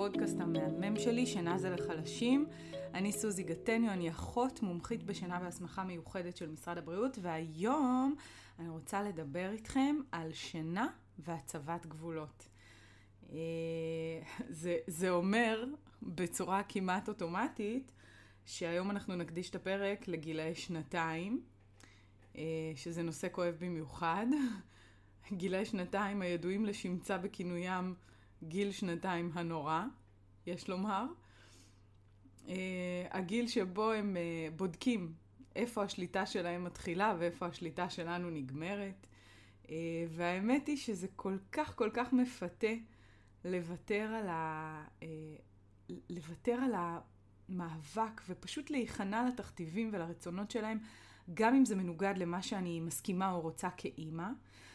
לפודקאסט המהמם שלי, שינה זה לחלשים. אני סוזי גטניו, אני אחות מומחית בשינה והסמכה מיוחדת של משרד הבריאות, והיום אני רוצה לדבר איתכם על שינה והצבת גבולות. זה אומר בצורה כמעט אוטומטית, שהיום אנחנו נקדיש את הפרק לגילאי 2, שזה נושא כואב במיוחד. גילאי 2 הידועים לשמצה בכינוים גיל 2 הנורא, יש לומר. הגיל שבו הם בודקים איפה השליטה שלהם מתחילה ואיפה השליטה שלנו נגמרת. והאמת היא שזה כל כך מפתה לוותר על המאבק ופשוט להיכנע לתכתיבים ולרצונות שלהם, גם אם זה מנוגד למה שאני מסכימה או רוצה כאימא.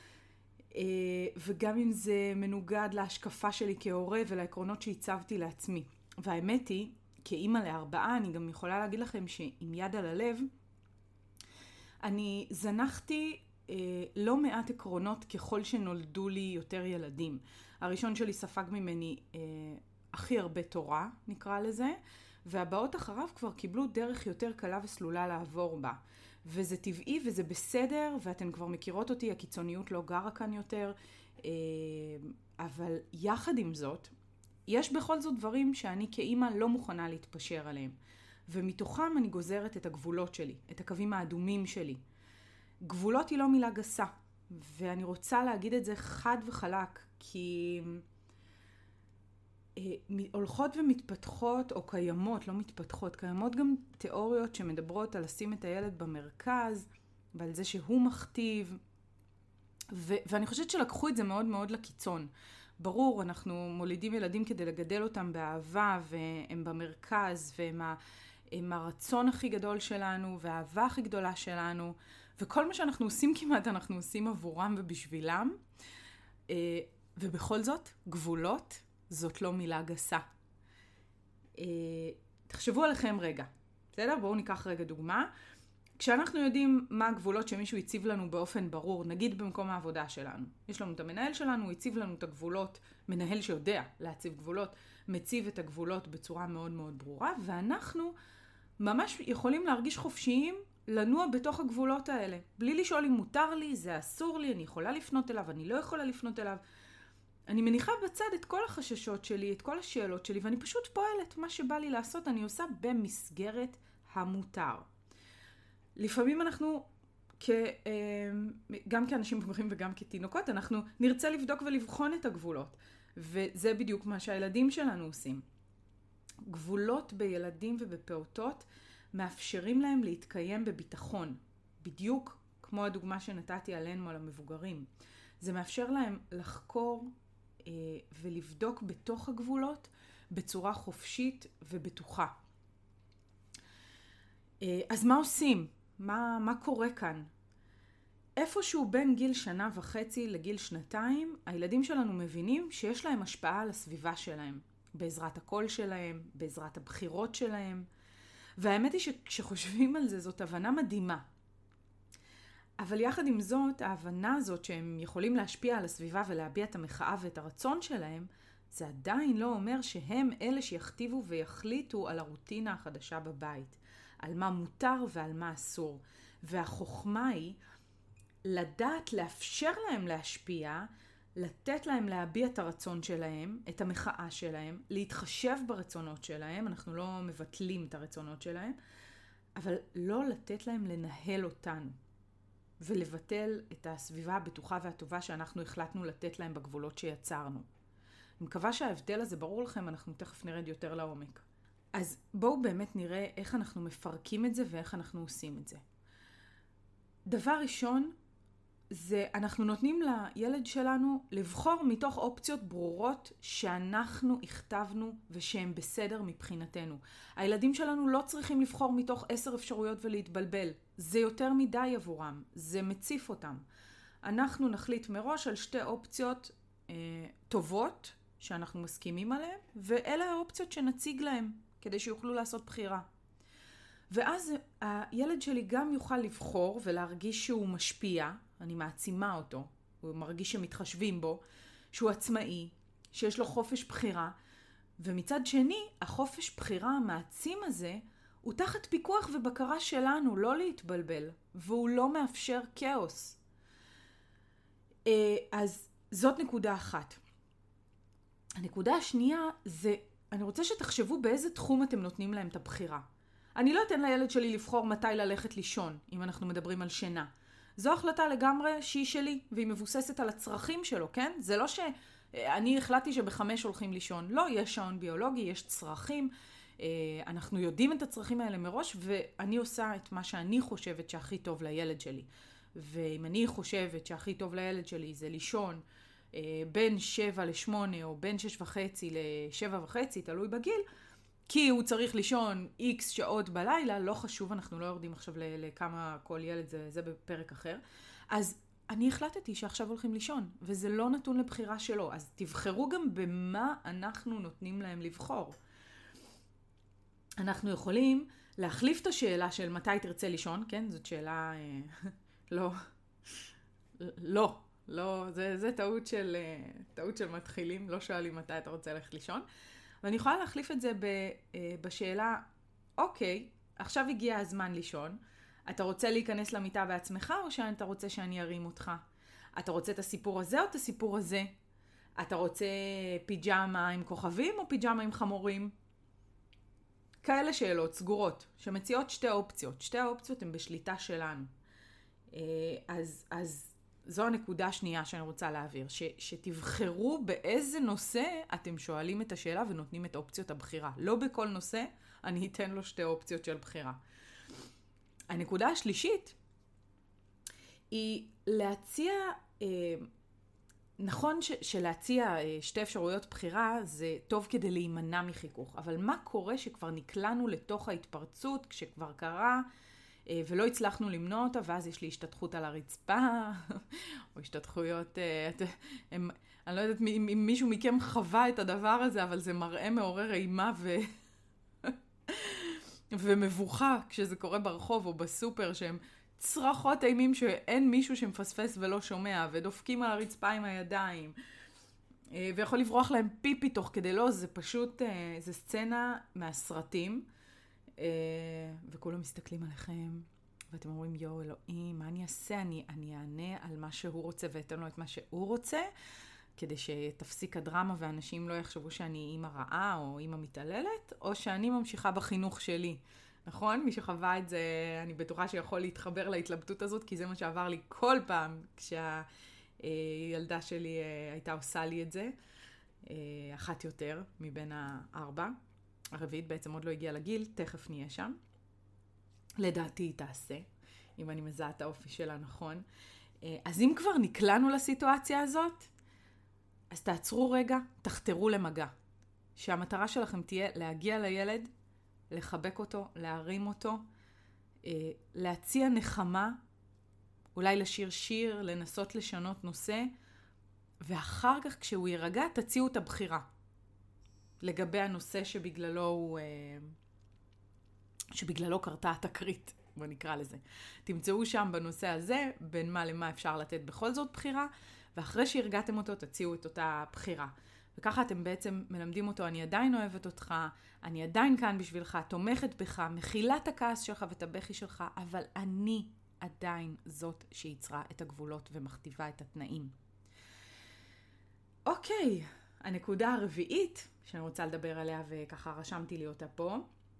וגם אם זה מנוגד להשקפה שלי כהורה ולעקרונות שהצבתי לעצמי. והאמת היא, כאימא ל4, אני גם יכולה להגיד לכם שעם יד על הלב, אני זנחתי לא מעט עקרונות ככל שנולדו לי יותר ילדים. הראשון שלי ספג ממני הכי הרבה תורה, נקרא לזה, והבאות אחריו כבר קיבלו דרך יותר קלה וסלולה לעבור בה. וזה טבעי וזה בסדר, ואתן כבר מכירות אותי, הקיצוניות לא גרה כאן יותר, אבל יחד עם זאת, יש בכל זאת דברים שאני כאימא לא מוכנה להתפשר עליהם. ומתוכם אני גוזרת את הגבולות שלי, את הקווים האדומים שלי. גבולות היא לא מילה גסה, ואני רוצה להגיד את זה חד וחלק, כי הולכות ומתפתחות, או קיימות, לא מתפתחות, קיימות גם תיאוריות שמדברות על לשים את הילד במרכז, ועל זה שהוא מכתיב, ואני חושבת שלקחו את זה מאוד מאוד לקיצון. ברור, אנחנו מולידים ילדים כדי לגדל אותם באהבה, והם במרכז, והם הרצון הכי גדול שלנו, והאהבה הכי גדולה שלנו, וכל מה שאנחנו עושים כמעט, אנחנו עושים עבורם ובשבילם, ובכל זאת, גבולות, זאת לא מילה גסה. תחשבו עליכם רגע. בסדר? בואו ניקח רגע דוגמה. כשאנחנו יודעים מה הגבולות שמישהו הציב לנו באופן ברור, נגיד במקום העבודה שלנו. יש לנו את המנהל שלנו, הוא הציב לנו את הגבולות, מנהל שיודע להציב גבולות, מציב את הגבולות בצורה מאוד מאוד ברורה, ואנחנו ממש יכולים להרגיש חופשיים לנוע בתוך הגבולות האלה. בלי לשאול אם מותר לי, זה אסור לי, אני יכולה לפנות אליו, אני לא יכולה לפנות אליו. אני מניחה בצד את כל החששות שלי, את כל השאלות שלי, ואני פשוט פועלת מה שבא לי לעשות, אני עושה במסגרת המותר. לפעמים אנחנו, גם כאנשים בוגרים וגם כתינוקות, אנחנו נרצה לבדוק ולבחון את הגבולות, וזה בדיוק מה שהילדים שלנו עושים. גבולות בילדים ובפעוטות מאפשרים להם להתקיים בביטחון, בדיוק כמו הדוגמה שנתתי עלינו על המבוגרים. זה מאפשר להם לחקור ולבדוק בתוך הגבולות בצורה חופשית ובטוחה. אז מה עושים? מה קורה כאן? איפשהו בין גיל 1.5 לגיל 2, הילדים שלנו מבינים שיש להם השפעה על הסביבה שלהם, בעזרת הקול שלהם, בעזרת הבחירות שלהם, והאמת היא שכשחושבים על זה, זאת הבנה מדהימה. אבל יחד עם זאת, ההבנה הזאת שהם יכולים להשפיע על הסביבה ולהביע את המחאה ואת הרצון שלהם, זה עדיין לא אומר שהם אלה שיכתיבו ויחליטו על הרוטינה החדשה בבית, על מה מותר ועל מה אסור. והחוכמה היא לדעת לאפשר להם להשפיע, לתת להם להביע את הרצון שלהם, את המחאה שלהם, להתחשב ברצונות שלהם, אנחנו לא מבטלים את הרצונות שלהם, אבל לא לתת להם לנהל אותנו. ולבטל את הסביבה הבטוחה והטובה שאנחנו החלטנו לתת להם בגבולות שיצרנו. אני מקווה שההבדל הזה ברור לכם, אנחנו תכף נרד יותר לעומק. אז בואו באמת נראה איך אנחנו מפרקים את זה ואיך אנחנו עושים את זה. דבר ראשון, זה אנחנו נותנים לילד שלנו לבחור מתוך אופציות ברורות שאנחנו הכתבנו ושהם בסדר מבחינתנו. הילדים שלנו לא צריכים לבחור מתוך 10 אפשרויות ולהתבלבל. זה יותר מדי עבורם, זה מציף אותם. אנחנו נחליט מראש על 2 אופציות טובות שאנחנו מסכימים עליהן, ואלה האופציות שנציג להם כדי שיוכלו לעשות בחירה. ואז הילד שלי גם יוכל לבחור ולהרגיש שהוא משפיע, אני מעצימה אותו, הוא מרגיש שמתחשבים בו, שהוא עצמאי, שיש לו חופש בחירה, ומצד שני, החופש בחירה המעצים הזה, הוא תחת פיקוח ובקרה שלנו, לא להתבלבל, והוא לא מאפשר כאוס. אז זאת נקודה אחת. הנקודה השנייה זה, אני רוצה שתחשבו באיזה תחום אתם נותנים להם את הבחירה. אני לא אתן לילד שלי לבחור מתי ללכת לישון, אם אנחנו מדברים על שינה. זו החלטה לגמרי שהיא שלי, והיא מבוססת על הצרכים שלו, כן? זה לא שאני החלטתי שב5 הולכים לישון. לא, יש שעון ביולוגי, יש צרכים. אנחנו יודעים את הצרכים האלה מראש, ואני עושה את מה שאני חושבת שהכי טוב לילד שלי. ואם אני חושבת שהכי טוב לילד שלי זה לישון בין 7 ל8 או בין 6:30 ל7:30, תלוי בגיל, כי הוא צריך לישון X שעות בלילה, לא חשוב, אנחנו לא יורדים עכשיו לכמה כל ילד, זה בפרק אחר. אז אני החלטתי שעכשיו הולכים לישון, וזה לא נתון לבחירה שלו. אז תבחרו גם במה אנחנו נותנים להם לבחור. אנחנו יכולים להחליף את השאלה של מתי תרצה לישון, כן? זאת שאלה זה טעות של מתחילים, לא שואלים מתי אתה רוצה ללכת לישון. ואני יכולה להחליף את זה בשאלה, אוקיי, עכשיו הגיע הזמן לישון, אתה רוצה להיכנס למיטה בעצמך או שאתה רוצה שאני ארים אותך? אתה רוצה את הסיפור הזה או את הסיפור הזה? אתה רוצה פיג'מה עם כוכבים או פיג'מה עם חמורים? כאלה שאלות סגורות שמציעות שתי אופציות. שתי האופציות הן בשליטה שלנו. אז זו הנקודה השנייה שאני רוצה להעביר, שתבחרו באיזה נושא אתם שואלים את השאלה ונותנים את אופציות הבחירה. לא בכל נושא אני אתן לו שתי אופציות של בחירה. הנקודה השלישית היא להציע, נכון שלהציע שתי אפשרויות בחירה זה טוב כדי להימנע מחיכוך, אבל מה קורה שכבר נקלענו לתוך ההתפרצות, כשכבר קרה, ולא הצלחנו למנוע אותה, ואז יש לי השתתחות על הרצפה, או השתתחויות, אני לא יודעת אם מישהו מכם חווה את הדבר הזה, אבל זה מראה מעורר אימה ומבוכה כשזה קורה ברחוב או בסופר, שהם צרחות אימים שאין מישהו שמפספס ולא שומע, ודופקים על הרצפה עם הידיים, ויכול לברוח להם פיפי תוך כדי לא, זה פשוט, זה סצנה מהסרטים, וכולם מסתכלים עליכם, ואתם אומרים, יו אלוהים, מה אני אעשה? אני אענה על מה שהוא רוצה ואתן לו את מה שהוא רוצה, כדי שתפסיק הדרמה ואנשים לא יחשבו שאני אימא רעה או אימא מתעללת, או שאני ממשיכה בחינוך שלי. נכון? מי שחווה את זה, אני בטוחה שיכול להתחבר להתלבטות הזאת, כי זה מה שעבר לי כל פעם כשהילדה שלי הייתה עושה לי את זה. אחת יותר מבין 4. הרביעית בעצם עוד לא הגיעה לגיל, תכף נהיה שם. לדעתי היא תעשה, אם אני מזהה את האופי שלה נכון. אז אם כבר נקלענו לסיטואציה הזאת, אז תעצרו רגע, תחתרו למגע. שהמטרה שלכם תהיה להגיע לילד, לחבק אותו, להרים אותו, להציע נחמה, אולי לשיר שיר, לנסות לשנות נושא, ואחר כך כשהוא יירגע, תציעו את הבחירה. לגבי הנושא שבגללו קרתה התקרית, בוא נקרא לזה. תמצאו שם בנושא הזה, בין מה למה אפשר לתת בכל זאת בחירה, ואחרי שהרגעתם אותו, תציעו את אותה בחירה. וככה אתם בעצם מלמדים אותו, אני עדיין אוהבת אותך, אני עדיין כאן בשבילך, תומכת בך, מכילה את הכעס שלך ואת הבכי שלך, אבל אני עדיין זאת שיצרה את הגבולות ומכתיבה את התנאים. אוקיי, הנקודה הרביעית שאני רוצה לדבר עליה וככה רשמתי לי אותה פה,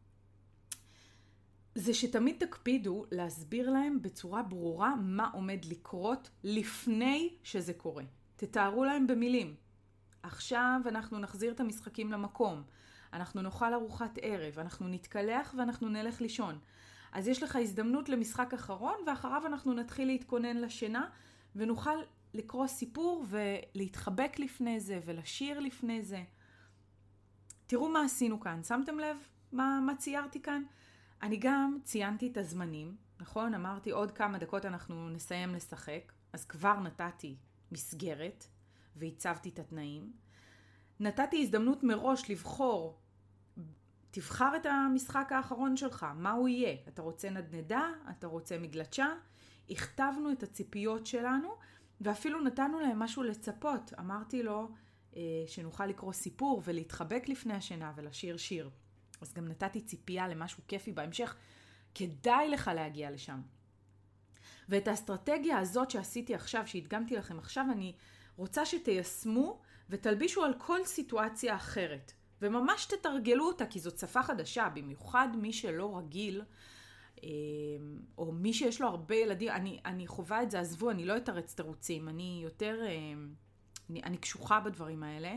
זה שתמיד תקפידו להסביר להם בצורה ברורה מה עומד לקרות לפני שזה קורה. תתארו להם במילים. עכשיו אנחנו נחזיר את המשחקים למקום. אנחנו נאכל ארוחת ערב, אנחנו נתקלח ואנחנו נלך לישון. אז יש לך הזדמנות למשחק אחרון, ואחריו אנחנו נתחיל להתכונן לשינה, ונוכל לקרוא סיפור ולהתחבק לפני זה ולשיר לפני זה. תראו מה עשינו כאן. שמתם לב מה ציירתי כאן? אני גם ציינתי את הזמנים, נכון? אמרתי עוד כמה דקות אנחנו נסיים לשחק, אז כבר נתתי מסגרת והצבתי את התנאים. נתתי הזדמנות מראש לבחור, תבחר את המשחק האחרון שלך, מה הוא יהיה? אתה רוצה נדנדה? אתה רוצה מגלצ'ה? הכתבנו את הציפיות שלנו, ואפילו נתנו להם משהו לצפות. אמרתי לו, שנוכל לקרוא סיפור ולהתחבק לפני השינה ולשיר שיר. אז גם נתתי ציפייה למשהו כיפי בהמשך. כדאי לך להגיע לשם. ואת האסטרטגיה הזאת שעשיתי עכשיו, שהדגמתי לכם עכשיו, אני רוצה שתיישמו ותלבישו על כל סיטואציה אחרת. וממש תתרגלו אותה, כי זאת שפה חדשה, במיוחד מי שלא רגיל, או מי שיש לו הרבה ילדים. אני חווה את זה, עזבו, אני לא אתרץ תירוצים, אני יותר, אני קשוחה בדברים האלה.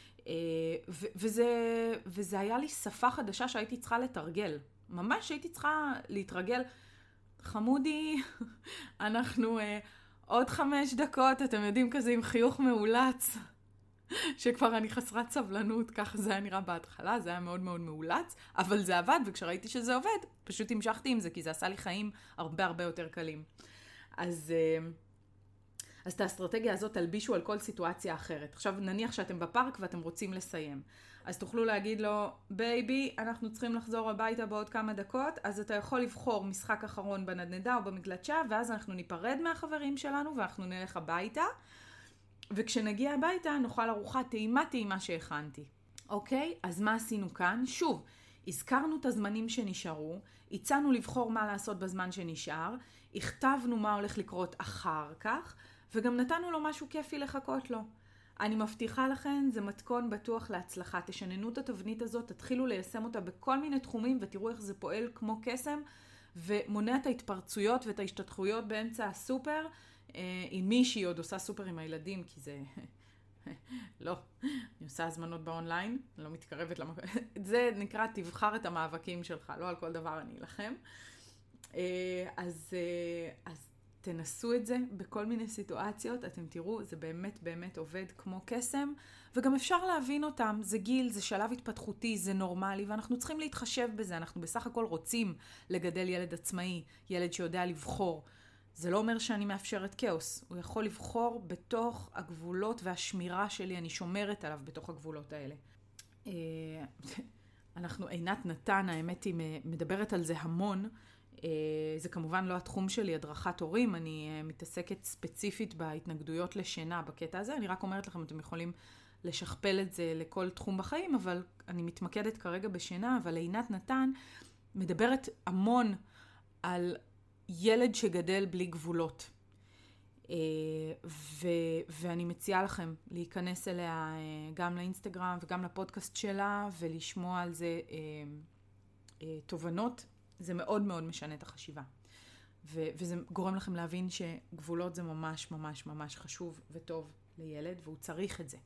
וזה היה לי שפה חדשה שהייתי צריכה לתרגל. ממש הייתי צריכה להתרגל. חמודי, אנחנו עוד 5 דקות, אתם יודעים, כזה עם חיוך מאולץ, שכבר אני חסרת סבלנות, ככה זה היה נראה בהתחלה, זה היה מאוד מאוד מאולץ, אבל זה עבד, וכשראיתי שזה עובד, פשוט המשכתי עם זה, כי זה עשה לי חיים הרבה הרבה יותר קלים. אז את האסטרטגיה הזאת תלבישו על כל סיטואציה אחרת. עכשיו נניח שאתם בפארק ואתם רוצים לסיים. אז תוכלו להגיד לו, בייבי, אנחנו צריכים לחזור הביתה בעוד כמה דקות, אז אתה יכול לבחור משחק אחרון בנדנדה או במגלשה, ואז אנחנו ניפרד מהחברים שלנו ואנחנו נלך הביתה, וכשנגיע הביתה נאכל ארוחה טעימה שהכנתי. אוקיי? אז מה עשינו כאן? שוב, הזכרנו את הזמנים שנשארו, הצענו לבחור מה לעשות בזמן שנשאר, הכתבנו מה הולך לקרות אחר כך, וגם נתנו לו משהו כיפי לחכות לו. אני מבטיחה לכם, זה מתכון בטוח להצלחה. תשננו את התבנית הזאת, תתחילו ליישם אותה בכל מיני תחומים, ותראו איך זה פועל כמו קסם, ומונע את ההתפרצויות ואת ההשתתחויות באמצע הסופר, עם מישהי עוד עושה סופר עם הילדים, כי זה... לא, אני עושה הזמנות באונליין, לא מתקרבת למקום. זה נקרא, תבחר את המאבקים שלך, לא על כל דבר אני אלחם. אז תנסו את זה בכל מיני סיטואציות, אתם תראו, זה באמת באמת עובד כמו קסם, וגם אפשר להבין אותם, זה גיל, זה שלב התפתחותי, זה נורמלי, ואנחנו צריכים להתחשב בזה, אנחנו בסך הכל רוצים לגדל ילד עצמאי, ילד שיודע לבחור. זה לא אומר שאני מאפשרת כאוס, הוא יכול לבחור בתוך הגבולות והשמירה שלי, אני שומרת עליו בתוך הגבולות האלה. עינת נתן, האמת היא מדברת על זה המון, זה כמובן לא התחום שלי, הדרכת הורים, אני מתעסקת ספציפית בהתנגדויות לשינה בקטע הזה, אני רק אומרת לכם, אתם יכולים לשכפל את זה לכל תחום בחיים, אבל אני מתמקדת כרגע בשינה, אבל עינת נתן מדברת המון על ילד שגדל בלי גבולות. ואני מציעה לכם להיכנס אליה גם לאינסטגרם וגם לפודקאסט שלה, ולשמוע על זה תובנות. זה מאוד מאוד משנה את החשיבה. וזה גורם לכם להבין שגבולות זה ממש ממש ממש חשוב וטוב לילד, והוא צריך את זה.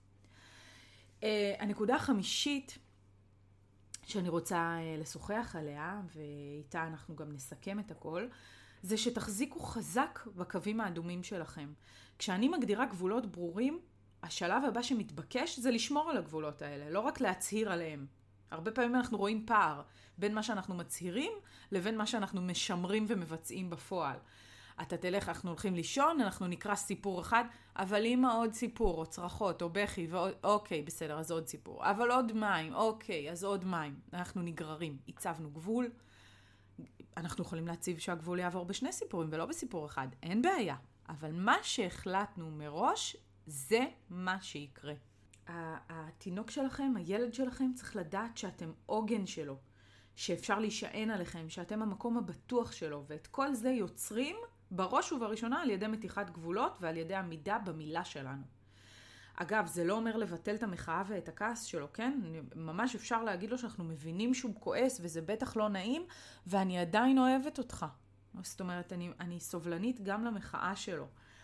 הנקודה החמישית שאני רוצה לשוחח עליה, ואיתה אנחנו גם נסכם את הכל, זה שתחזיקו חזק בקווים האדומים שלכם. כשאני מגדירה גבולות ברורים, השלב הבא שמתבקש זה לשמור על הגבולות האלה, לא רק להצהיר עליהם. הרבה פעמים אנחנו רואים פער בין מה שאנחנו מצהירים לבין מה שאנחנו משמרים ומבצעים בפועל. אתה תלך, אנחנו הולכים לישון, אנחנו נקרא סיפור אחד, אבל אם עוד סיפור, או צרחות, או בכי, אוקיי, בסדר, אז עוד סיפור. אבל עוד מים, אוקיי, אז עוד מים. אנחנו נגררים, הצבנו גבול. אנחנו יכולים להציב שהגבול יעבור בשני סיפורים ולא בסיפור אחד. אין בעיה. אבל מה שהחלטנו מראש, זה מה שיקרה. התינוק שלכם, הילד שלכם, צריך לדעת שאתם עוגן שלו, שאפשר להישען עליכם, שאתם המקום הבטוח שלו, ואת כל זה יוצרים בראש ובראשונה על ידי מתיחת גבולות ועל ידי עמידה במילה שלנו. אגב, זה לא אומר לבטל את המחאה ואת הכעס שלו, כן? ממש אפשר להגיד לו שאנחנו מבינים שהוא כועס וזה בטח לא נעים, ואני עדיין אוהבת אותך. זאת אומרת, אני סובלנית גם למחאה שלו.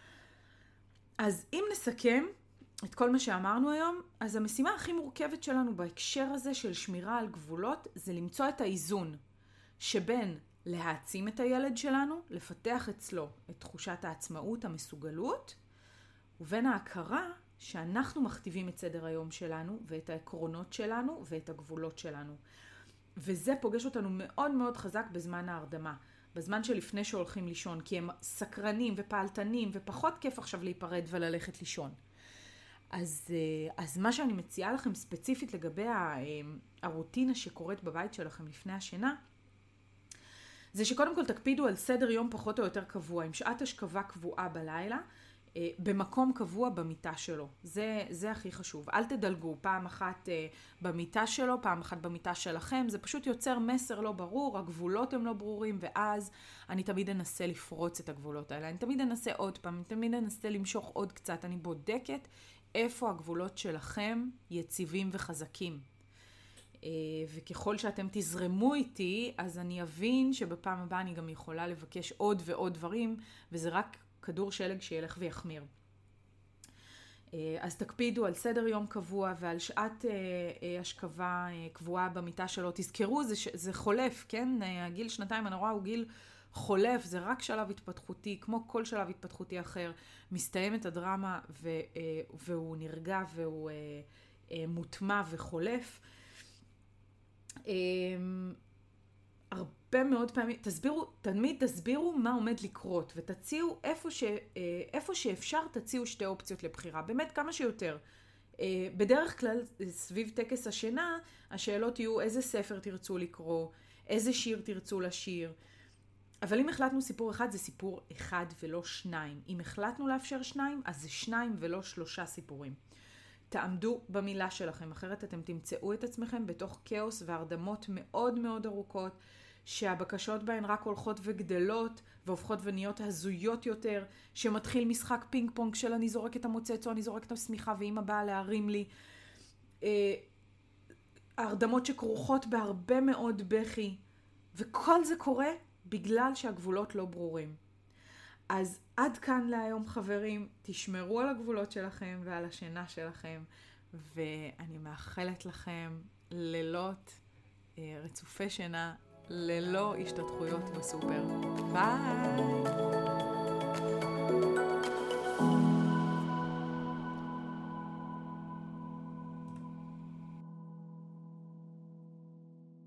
אז אם נסכם את כל מה שאמרנו היום, אז המשימה הכי מורכבת שלנו בהקשר הזה של שמירה על גבולות, זה למצוא את האיזון שבין להעצים את הילד שלנו, לפתח אצלו את תחושת העצמאות, המסוגלות, ובין ההכרה שאנחנו מכתיבים את סדר היום שלנו, ואת העקרונות שלנו, ואת הגבולות שלנו. וזה פוגש אותנו מאוד מאוד חזק בזמן ההרדמה, בזמן שלפני שהולכים לישון, כי הם סקרנים ופעלתנים, ופחות כיף עכשיו להיפרד וללכת לישון. אז מה שאני מציעה לכם ספציפית לגבי הרוטינה שקורית בבית שלכם לפני השינה, זה שקודם כל תקפידו על סדר יום פחות או יותר קבוע, עם שעת השכבה קבועה בלילה, במקום קבוע במיטה שלו. זה הכי חשוב. אל תדלגו פעם אחת במיטה שלו, פעם אחת במיטה שלכם. זה פשוט יוצר מסר לא ברור, הגבולות הם לא ברורים, ואז אני תמיד אנסה לפרוץ את הגבולות האלה. אני תמיד אנסה עוד פעם, אני תמיד אנסה למשוך עוד קצת. אני בודקת איפה הגבולות שלכם יציבים וחזקים. וככל שאתם תזרמו איתי, אז אני אבין שבפעם הבאה אני גם יכולה לבקש עוד ועוד דברים, וזה רק כדור שלג שילך ויחמיר. אז תקפידו על סדר יום קבוע ועל שעת השכבה קבועה במיטה שלו. תזכרו, זה חולף, כן? הגיל 2 אני רואה הוא גיל חולף, זה רק שלב התפתחותי, כמו כל שלב התפתחותי אחר. מסתיימת הדרמה והוא נרגע והוא מוטמע וחולף. הרבה מאוד פעמים, תמיד תסבירו מה עומד לקרות, ותציעו איפה שאפשר תציעו שתי אופציות לבחירה, באמת כמה שיותר. בדרך כלל סביב טקס השינה, השאלות יהיו איזה ספר תרצו לקרוא, איזה שיר תרצו לשיר, אבל אם החלטנו סיפור אחד, זה סיפור אחד ולא 2. אם החלטנו לאפשר 2, אז זה 2 ולא 3 סיפורים. תעמדו במילה שלכם, אחרת אתם תמצאו את עצמכם בתוך כאוס והרדמות מאוד מאוד ארוכות, שהבקשות בהן רק הולכות וגדלות, והופכות ונהיות הזויות יותר, שמתחיל משחק פינג פונג של אני זורק את המוצץ או אני זורק את השמיכה ואמא באה להרים לי. הרדמות שכרוכות בהרבה מאוד בכי, וכל זה קורה בגלל שהגבולות לא ברורים. אז עד כאן להיום חברים, תשמרו על הגבולות שלכם ועל השינה שלכם, ואני מאחלת לכם לילות רצופי שינה, ללא השתתחויות בסופר. ביי!